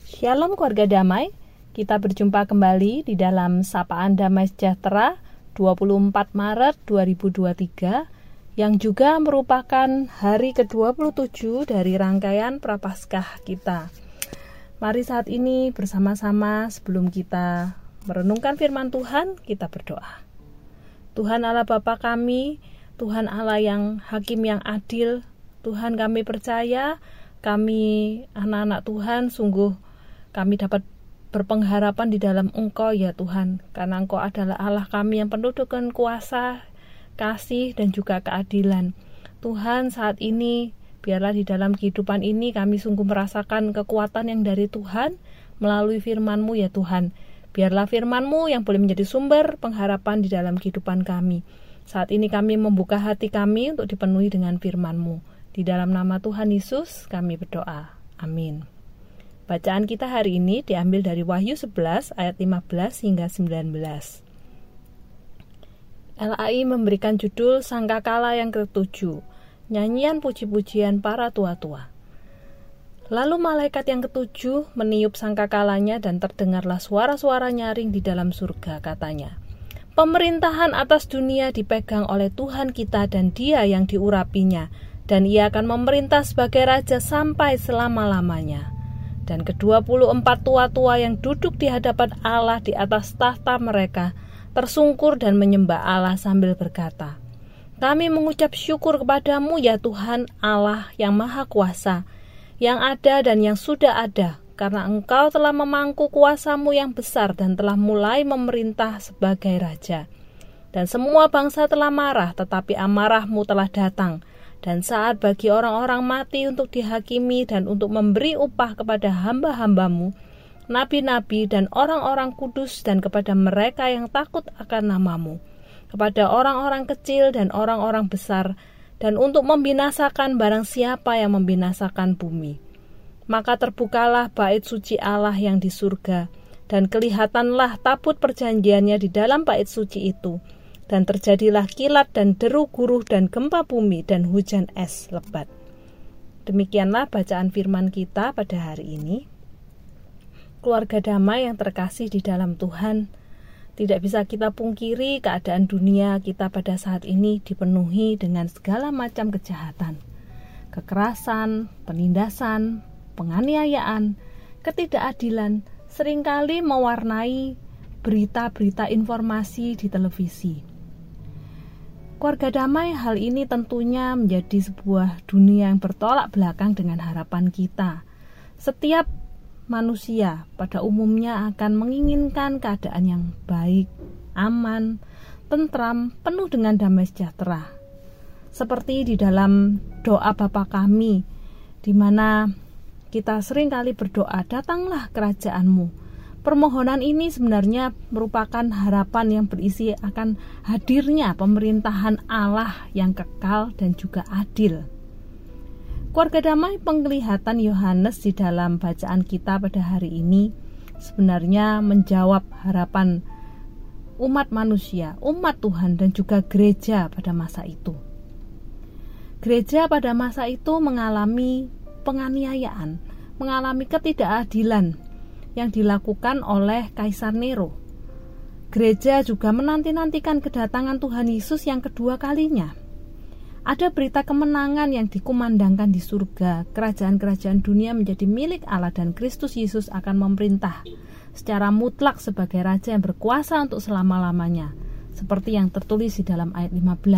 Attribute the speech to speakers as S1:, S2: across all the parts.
S1: Shalom keluarga damai, kita berjumpa kembali di dalam Sapaan Damai Sejahtera 24 Maret 2023 yang juga merupakan hari ke-27 dari rangkaian Prapaskah kita. Mari saat ini bersama-sama sebelum kita merenungkan firman Tuhan, kita berdoa. Tuhan Allah Bapa kami, Tuhan Allah yang hakim yang adil, Tuhan kami percaya, kami anak-anak Tuhan sungguh kami dapat berpengharapan di dalam Engkau ya Tuhan, karena Engkau adalah Allah kami yang penuh dengan kuasa, kasih dan juga keadilan. Tuhan saat ini, biarlah di dalam kehidupan ini kami sungguh merasakan kekuatan yang dari Tuhan melalui firman-Mu ya Tuhan. Biarlah firman-Mu yang boleh menjadi sumber pengharapan di dalam kehidupan kami. Saat ini kami membuka hati kami untuk dipenuhi dengan firman-Mu. Di dalam nama Tuhan Yesus kami berdoa. Amin. Bacaan kita hari ini diambil dari Wahyu 11 ayat 15 hingga 19. LAI memberikan judul Sangkakala yang ke-7, nyanyian puji-pujian para tua-tua. Lalu malaikat yang ke-7 meniup sangkakalanya dan terdengarlah suara-suara nyaring di dalam surga, katanya, pemerintahan atas dunia dipegang oleh Tuhan kita dan Dia yang diurapinya, dan Ia akan memerintah sebagai raja sampai selama-lamanya. Dan ke-24 tua-tua yang duduk di hadapan Allah di atas tahta mereka tersungkur dan menyembah Allah sambil berkata, kami mengucap syukur kepadamu ya Tuhan Allah yang Maha Kuasa, yang ada dan yang sudah ada, karena Engkau telah memangku kuasa-Mu yang besar dan telah mulai memerintah sebagai raja. Dan semua bangsa telah marah, tetapi amarah-Mu telah datang, dan saat bagi orang-orang mati untuk dihakimi dan untuk memberi upah kepada hamba-hamba-Mu, nabi-nabi dan orang-orang kudus, dan kepada mereka yang takut akan nama-Mu, kepada orang-orang kecil dan orang-orang besar, dan untuk membinasakan barang siapa yang membinasakan bumi. Maka terbukalah bait suci Allah yang di surga, dan kelihatanlah tabut perjanjiannya di dalam bait suci itu, dan terjadilah kilat dan deru guruh dan gempa bumi dan hujan es lebat. Demikianlah bacaan firman kita pada hari ini. Keluarga damai yang terkasih di dalam Tuhan, tidak bisa kita pungkiri keadaan dunia kita pada saat ini dipenuhi dengan segala macam kejahatan, kekerasan, penindasan, penganiayaan, ketidakadilan seringkali mewarnai berita-berita informasi di televisi. Keluarga damai, hal ini tentunya menjadi sebuah dunia yang bertolak belakang dengan harapan kita. Setiap manusia pada umumnya akan menginginkan keadaan yang baik, aman, tentram, penuh dengan damai sejahtera. Seperti di dalam doa Bapa kami, di mana kita seringkali berdoa, datanglah kerajaan-Mu. Permohonan ini sebenarnya merupakan harapan yang berisi akan hadirnya pemerintahan Allah yang kekal dan juga adil. Keluarga damai, penglihatan Yohanes di dalam bacaan kita pada hari ini sebenarnya menjawab harapan umat manusia, umat Tuhan dan juga gereja pada masa itu. Gereja pada masa itu mengalami penganiayaan, mengalami ketidakadilan yang dilakukan oleh Kaisar Nero. Gereja juga menanti-nantikan kedatangan Tuhan Yesus yang kedua kalinya. Ada berita kemenangan yang dikumandangkan di surga. Kerajaan-kerajaan dunia menjadi milik Allah dan Kristus Yesus akan memerintah secara mutlak sebagai raja yang berkuasa untuk selama-lamanya, seperti yang tertulis di dalam ayat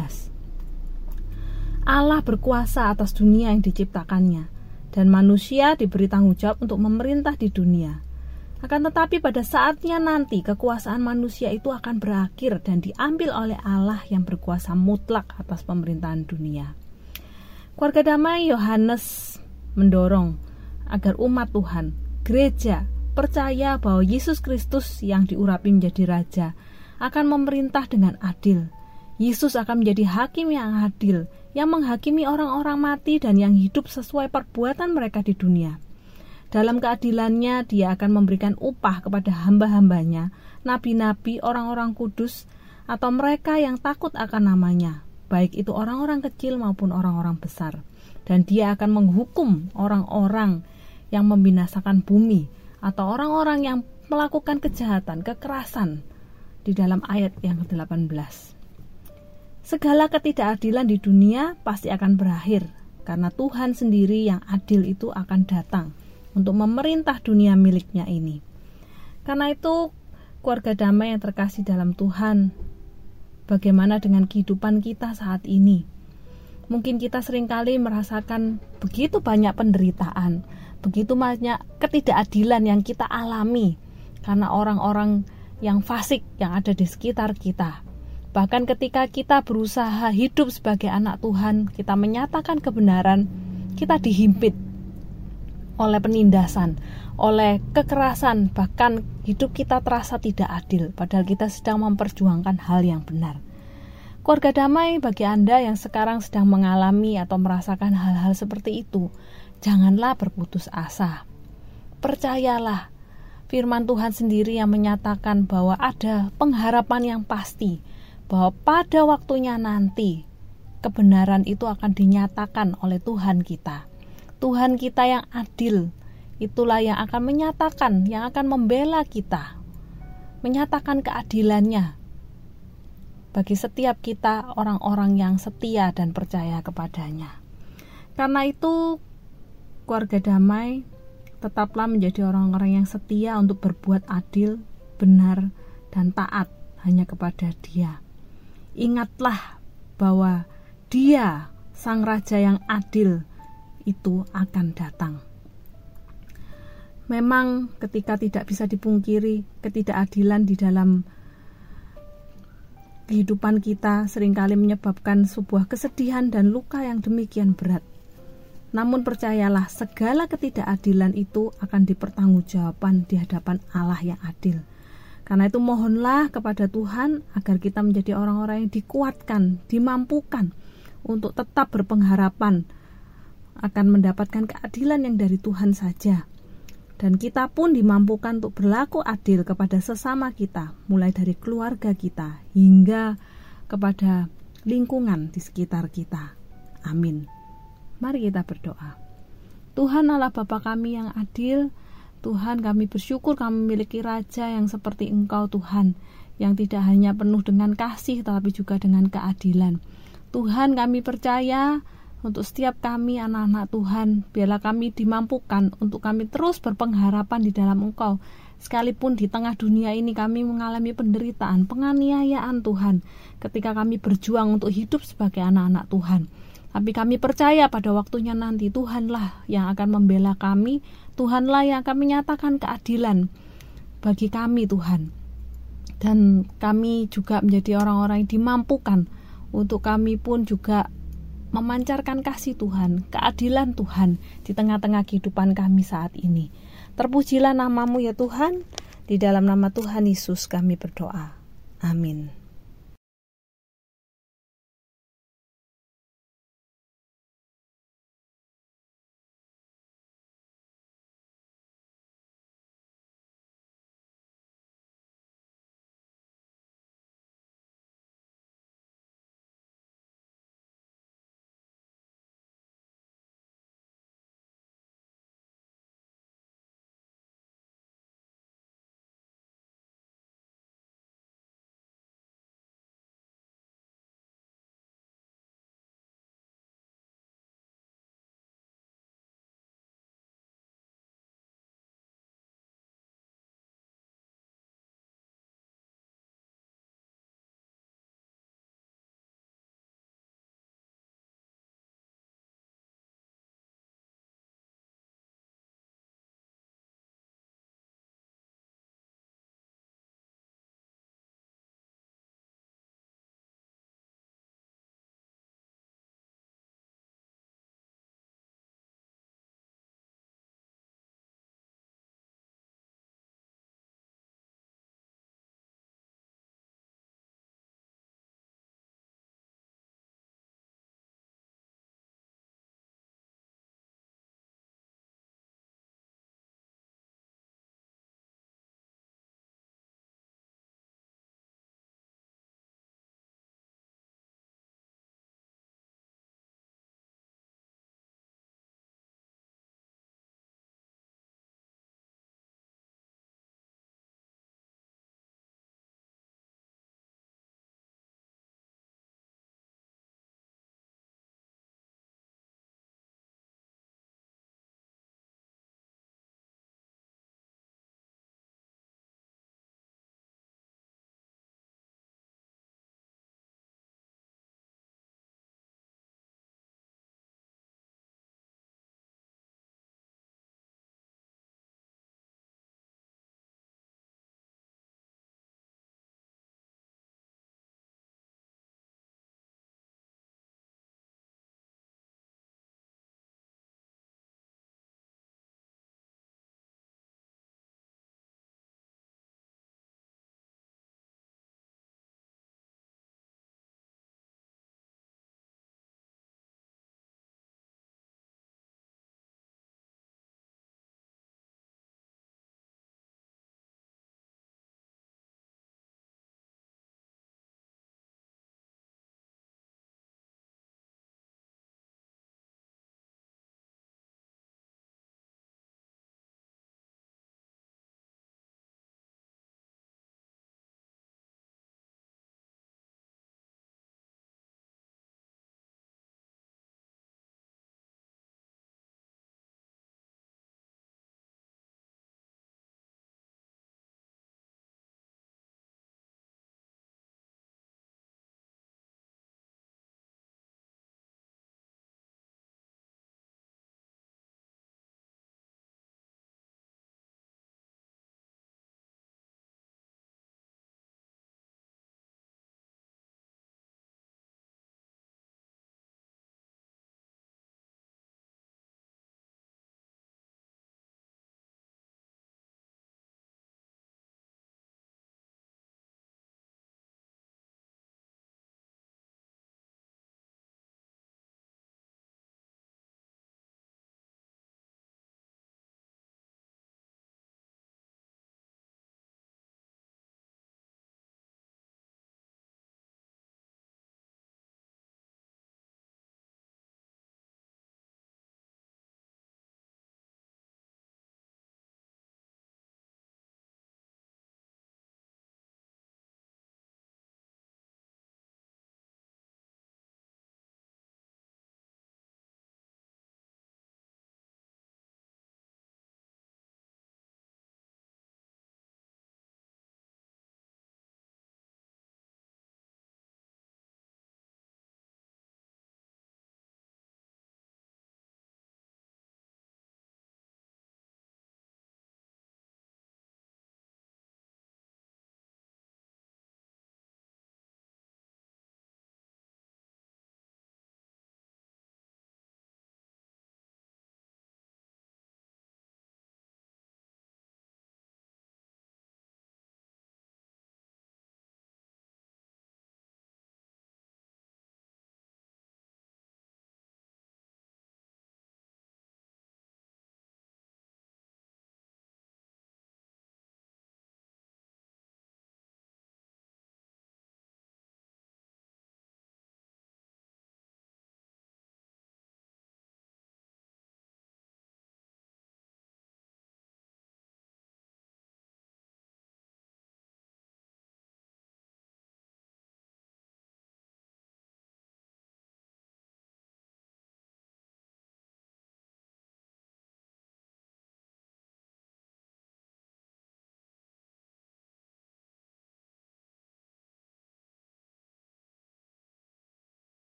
S1: 15. Allah berkuasa atas dunia yang diciptakannya, dan manusia diberi tanggung jawab untuk memerintah di dunia. Akan tetapi pada saatnya nanti kekuasaan manusia itu akan berakhir dan diambil oleh Allah yang berkuasa mutlak atas pemerintahan dunia. Keluarga damai, Yohanes mendorong agar umat Tuhan, gereja, percaya bahwa Yesus Kristus yang diurapi menjadi raja akan memerintah dengan adil. Yesus akan menjadi hakim yang adil, yang menghakimi orang-orang mati dan yang hidup sesuai perbuatan mereka di dunia. Dalam keadilannya, Dia akan memberikan upah kepada hamba-hambanya, nabi-nabi, orang-orang kudus, atau mereka yang takut akan nama-Nya, baik itu orang-orang kecil maupun orang-orang besar. Dan Dia akan menghukum orang-orang yang membinasakan bumi atau orang-orang yang melakukan kejahatan, kekerasan di dalam ayat yang ke-18. Segala ketidakadilan di dunia pasti akan berakhir, karena Tuhan sendiri yang adil itu akan datang untuk memerintah dunia miliknya ini. Karena itu, keluarga damai yang terkasih dalam Tuhan, bagaimana dengan kehidupan kita saat ini? Mungkin kita seringkali merasakan begitu banyak penderitaan, begitu banyak ketidakadilan yang kita alami karena orang-orang yang fasik yang ada di sekitar kita. Bahkan ketika kita berusaha hidup sebagai anak Tuhan, kita menyatakan kebenaran, kita dihimpit oleh penindasan, oleh kekerasan, bahkan hidup kita terasa tidak adil, padahal kita sedang memperjuangkan hal yang benar. Keluarga damai, bagi Anda yang sekarang sedang mengalami atau merasakan hal-hal seperti itu, janganlah berputus asa. Percayalah, firman Tuhan sendiri yang menyatakan bahwa ada pengharapan yang pasti, bahwa pada waktunya nanti kebenaran itu akan dinyatakan oleh Tuhan kita. Tuhan kita yang adil, itulah yang akan menyatakan, yang akan membela kita, menyatakan keadilannya bagi setiap kita, orang-orang yang setia dan percaya kepadanya. Karena itu, keluarga damai, tetaplah menjadi orang-orang yang setia untuk berbuat adil, benar, dan taat hanya kepada Dia. Ingatlah bahwa Dia, Sang Raja yang adil, itu akan datang. Memang ketika tidak bisa dipungkiri, ketidakadilan di dalam kehidupan kita seringkali menyebabkan sebuah kesedihan dan luka yang demikian berat. Namun percayalah, segala ketidakadilan itu akan dipertanggungjawabkan di hadapan Allah yang adil. Karena itu mohonlah kepada Tuhan agar kita menjadi orang-orang yang dikuatkan, dimampukan untuk tetap berpengharapan akan mendapatkan keadilan yang dari Tuhan saja. Dan kita pun dimampukan untuk berlaku adil kepada sesama kita, mulai dari keluarga kita hingga kepada lingkungan di sekitar kita. Amin. Mari kita berdoa. Tuhan Allah Bapa kami yang adil, Tuhan, kami bersyukur kami memiliki Raja yang seperti Engkau, Tuhan, yang tidak hanya penuh dengan kasih tetapi juga dengan keadilan. Tuhan, kami percaya untuk setiap kami anak-anak Tuhan, biarlah kami dimampukan untuk kami terus berpengharapan di dalam Engkau. Sekalipun di tengah dunia ini kami mengalami penderitaan, penganiayaan Tuhan, ketika kami berjuang untuk hidup sebagai anak-anak Tuhan. Tapi kami percaya pada waktunya nanti Tuhanlah yang akan membela kami, Tuhanlah yang akan menyatakan keadilan bagi kami, Tuhan. Dan kami juga menjadi orang-orang yang dimampukan untuk kami pun juga memancarkan kasih Tuhan, keadilan Tuhan di tengah-tengah kehidupan kami saat ini. Terpujilah nama-Mu ya Tuhan, di dalam nama Tuhan Yesus kami berdoa. Amin.